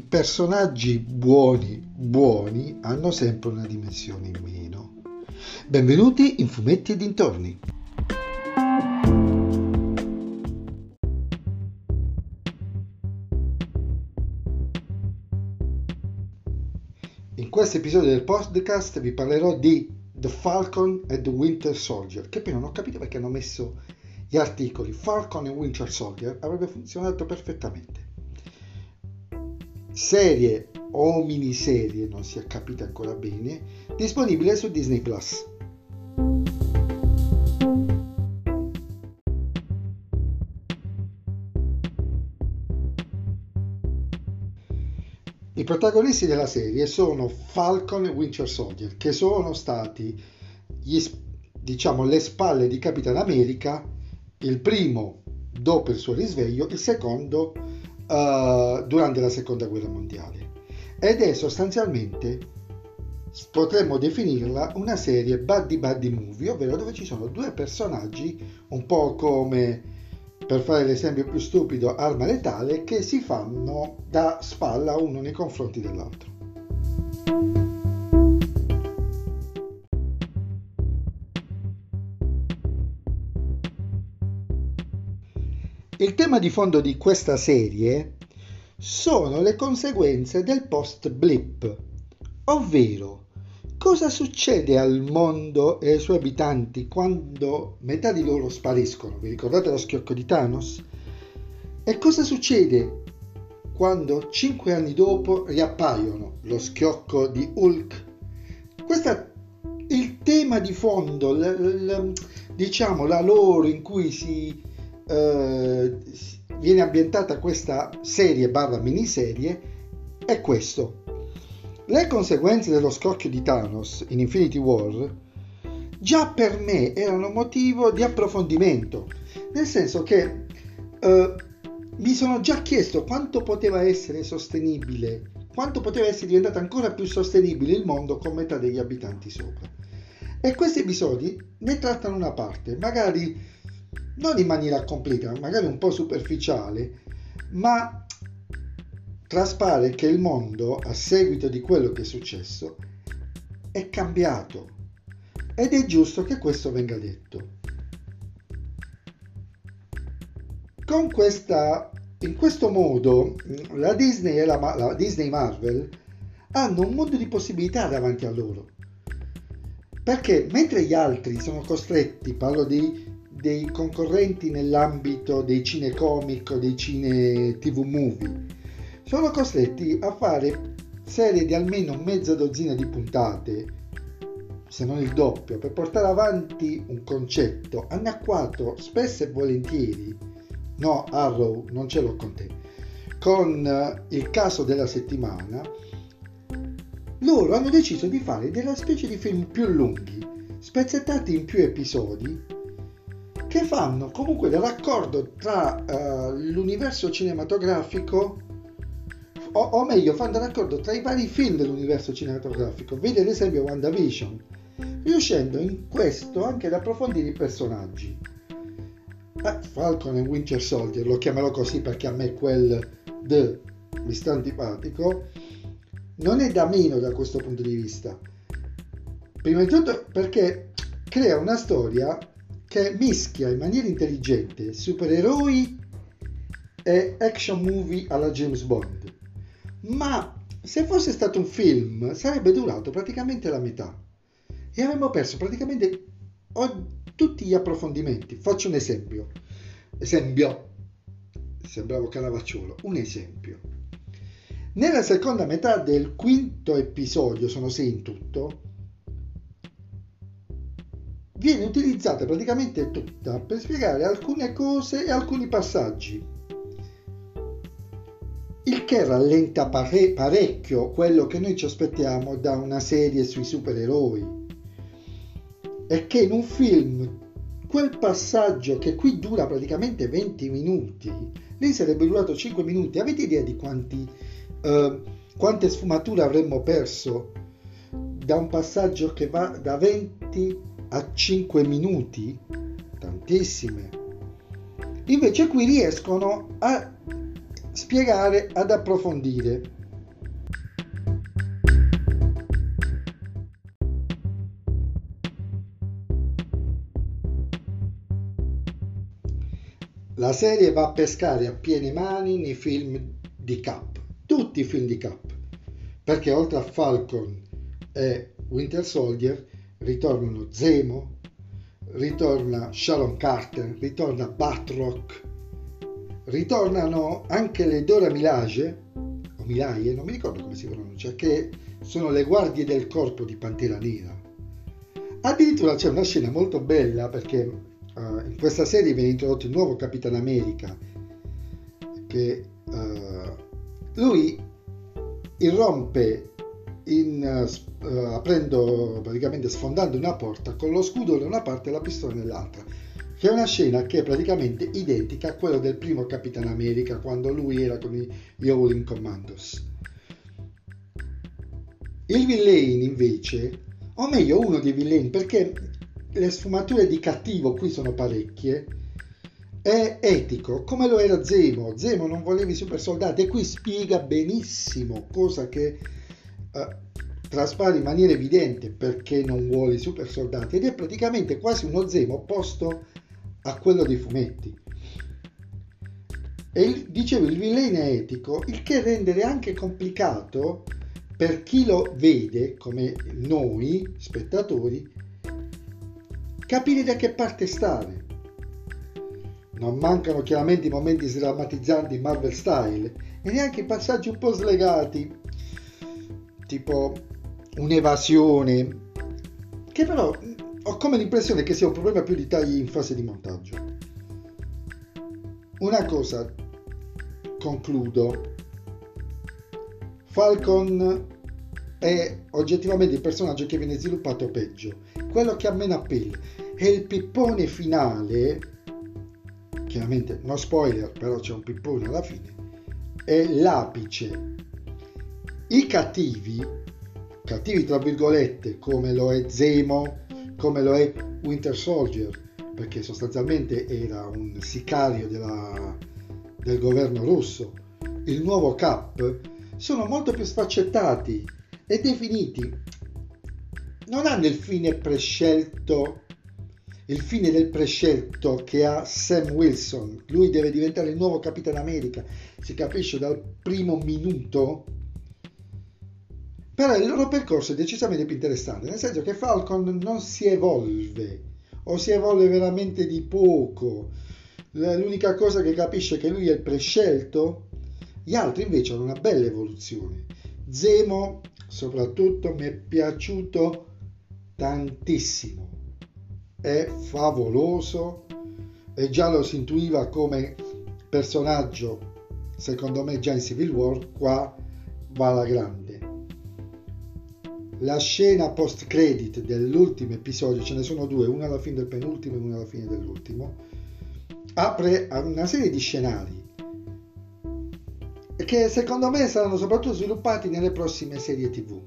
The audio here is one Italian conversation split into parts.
personaggi buoni hanno sempre una dimensione in meno. Benvenuti in Fumetti e dintorni. In questo episodio del podcast vi parlerò di The Falcon and the Winter Soldier, che poi non ho capito perché hanno messo gli articoli Falcon e Winter Soldier, avrebbe funzionato perfettamente. Serie o miniserie, non si è capito ancora bene, disponibile su Disney Plus. I protagonisti della serie sono Falcon e Winter Soldier, che sono stati le spalle di Capitan America, il primo dopo il suo risveglio, il secondo durante la seconda guerra mondiale, ed è sostanzialmente, potremmo definirla, una serie buddy movie, ovvero dove ci sono due personaggi, un po' come, per fare l'esempio più stupido, Arma Letale, che si fanno da spalla uno nei confronti dell'altro. Il tema di fondo di questa serie sono le conseguenze del post-blip, ovvero cosa succede al mondo e ai suoi abitanti quando metà di loro spariscono. Vi ricordate lo schiocco di Thanos? E cosa succede quando 5 anni dopo riappaiono, lo schiocco di Hulk? Questo è il tema di fondo, la lore in cui viene ambientata questa serie / miniserie è questo. Le conseguenze dello scoppio di Thanos in Infinity War già per me erano motivo di approfondimento, nel senso che mi sono già chiesto quanto poteva essere sostenibile, quanto poteva essere diventato ancora più sostenibile il mondo con metà degli abitanti sopra. E questi episodi ne trattano una parte, magari non in maniera completa, magari un po' superficiale, ma traspare che il mondo, a seguito di quello che è successo, è cambiato, ed è giusto che questo venga detto. In questo modo la Disney e la Disney Marvel hanno un mondo di possibilità davanti a loro, perché mentre gli altri sono costretti, parlo dei concorrenti nell'ambito dei cinecomic o dei cine TV movie, sono costretti a fare serie di almeno mezza dozzina di puntate, se non il doppio, per portare avanti un concetto anacquato spesso e volentieri. No, Arrow, non ce l'ho con te. Con il caso della settimana, loro hanno deciso di fare della specie di film più lunghi, spezzettati in più episodi, che fanno comunque del raccordo tra l'universo cinematografico, o meglio, fanno del raccordo tra i vari film dell'universo cinematografico. Vedi ad esempio WandaVision, riuscendo in questo anche ad approfondire i personaggi. Falcon e Winter Soldier, lo chiamerò così perché a me mi sta antipatico, non è da meno da questo punto di vista. Prima di tutto perché crea una storia che mischia in maniera intelligente supereroi e action movie alla James Bond. Ma se fosse stato un film sarebbe durato praticamente la metà e avremmo perso praticamente tutti gli approfondimenti. Faccio un esempio. Sembravo Caravacciolo. Un esempio. Nella seconda metà del quinto episodio, sono 6 in tutto, viene utilizzata praticamente tutta per spiegare alcune cose e alcuni passaggi, il che rallenta parecchio quello che noi ci aspettiamo da una serie sui supereroi, e che in un film quel passaggio che qui dura praticamente 20 minuti lì sarebbe durato 5 minuti. Avete idea di quante sfumature avremmo perso da un passaggio che va da 20 a 5 minuti? Tantissime. Invece qui riescono a spiegare, ad approfondire. la serie va a pescare a piene mani nei film di Cap, tutti i film di Cap, perché oltre a Falcon e Winter Soldier ritornano Zemo, ritorna Sharon Carter, ritorna Batroc, ritornano anche le Dora Milaje, o Milaje, non mi ricordo come si pronuncia, che sono le guardie del corpo di Pantera Nera. Addirittura c'è una scena molto bella perché in questa serie viene introdotto il nuovo Capitan America, che lui irrompe aprendo, praticamente sfondando una porta con lo scudo da una parte e la pistola nell'altra, che è una scena che è praticamente identica a quella del primo Capitan America quando lui era con gli Howling Commandos. Il villain invece, o meglio uno dei villain, perché le sfumature di cattivo qui sono parecchie, è etico, come lo era Zemo. Zemo non voleva i super soldati e qui spiega benissimo, cosa che traspare in maniera evidente perché non vuole i super soldati, ed è praticamente quasi uno Zemo opposto a quello dei fumetti. E dicevo, il villain è etico, il che rende anche complicato per chi lo vede, come noi spettatori, capire da che parte stare. Non mancano chiaramente i momenti sdrammatizzanti Marvel style e neanche i passaggi un po' slegati, tipo un'evasione, che però ho come l'impressione che sia un problema più di tagli in fase di montaggio. Una cosa, concludo: Falcon è oggettivamente il personaggio che viene sviluppato peggio, quello che ha meno appeal, e il pippone finale, chiaramente no spoiler, però c'è un pippone alla fine, è l'apice. I cattivi tra virgolette, come lo è Zemo, come lo è Winter Soldier, perché sostanzialmente era un sicario del governo russo, il nuovo Cap, sono molto più sfaccettati e definiti. Non hanno il fine prescelto, il fine del prescelto che ha Sam Wilson. Lui deve diventare il nuovo Capitan America, si capisce dal primo minuto. Però il loro percorso è decisamente più interessante, nel senso che Falcon non si evolve, o si evolve veramente di poco. L'unica cosa che capisce è che lui è il prescelto. Gli altri invece hanno una bella evoluzione. Zemo soprattutto mi è piaciuto tantissimo, è favoloso e già lo si intuiva come personaggio, secondo me già in Civil War. Qua va alla grande. La scena post credit dell'ultimo episodio, ce ne sono due, una alla fine del penultimo e una alla fine dell'ultimo, apre a una serie di scenari che secondo me saranno soprattutto sviluppati nelle prossime serie TV.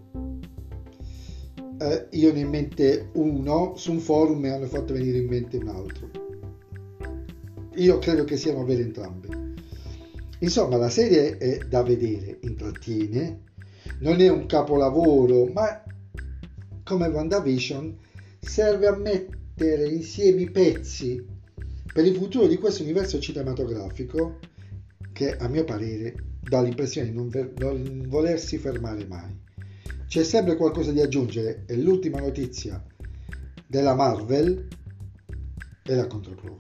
Io ne ho in mente uno, su un forum mi hanno fatto venire in mente un altro. Io credo che siano vere entrambe. Insomma, la serie è da vedere, intrattiene, non è un capolavoro, ma come WandaVision serve a mettere insieme i pezzi per il futuro di questo universo cinematografico che, a mio parere, dà l'impressione di non volersi fermare mai. C'è sempre qualcosa da aggiungere e l'ultima notizia della Marvel è la controprova.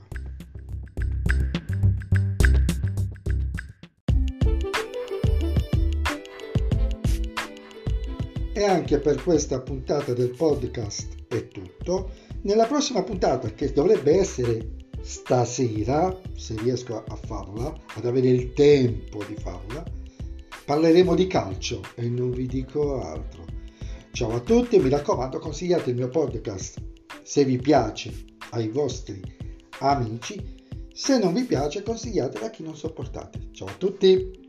E anche per questa puntata del podcast è tutto. Nella prossima puntata, che dovrebbe essere stasera, se riesco a farla, ad avere il tempo di farla, parleremo di calcio e non vi dico altro. Ciao a tutti e mi raccomando, consigliate il mio podcast se vi piace ai vostri amici, se non vi piace consigliatelo a chi non sopportate. Ciao a tutti!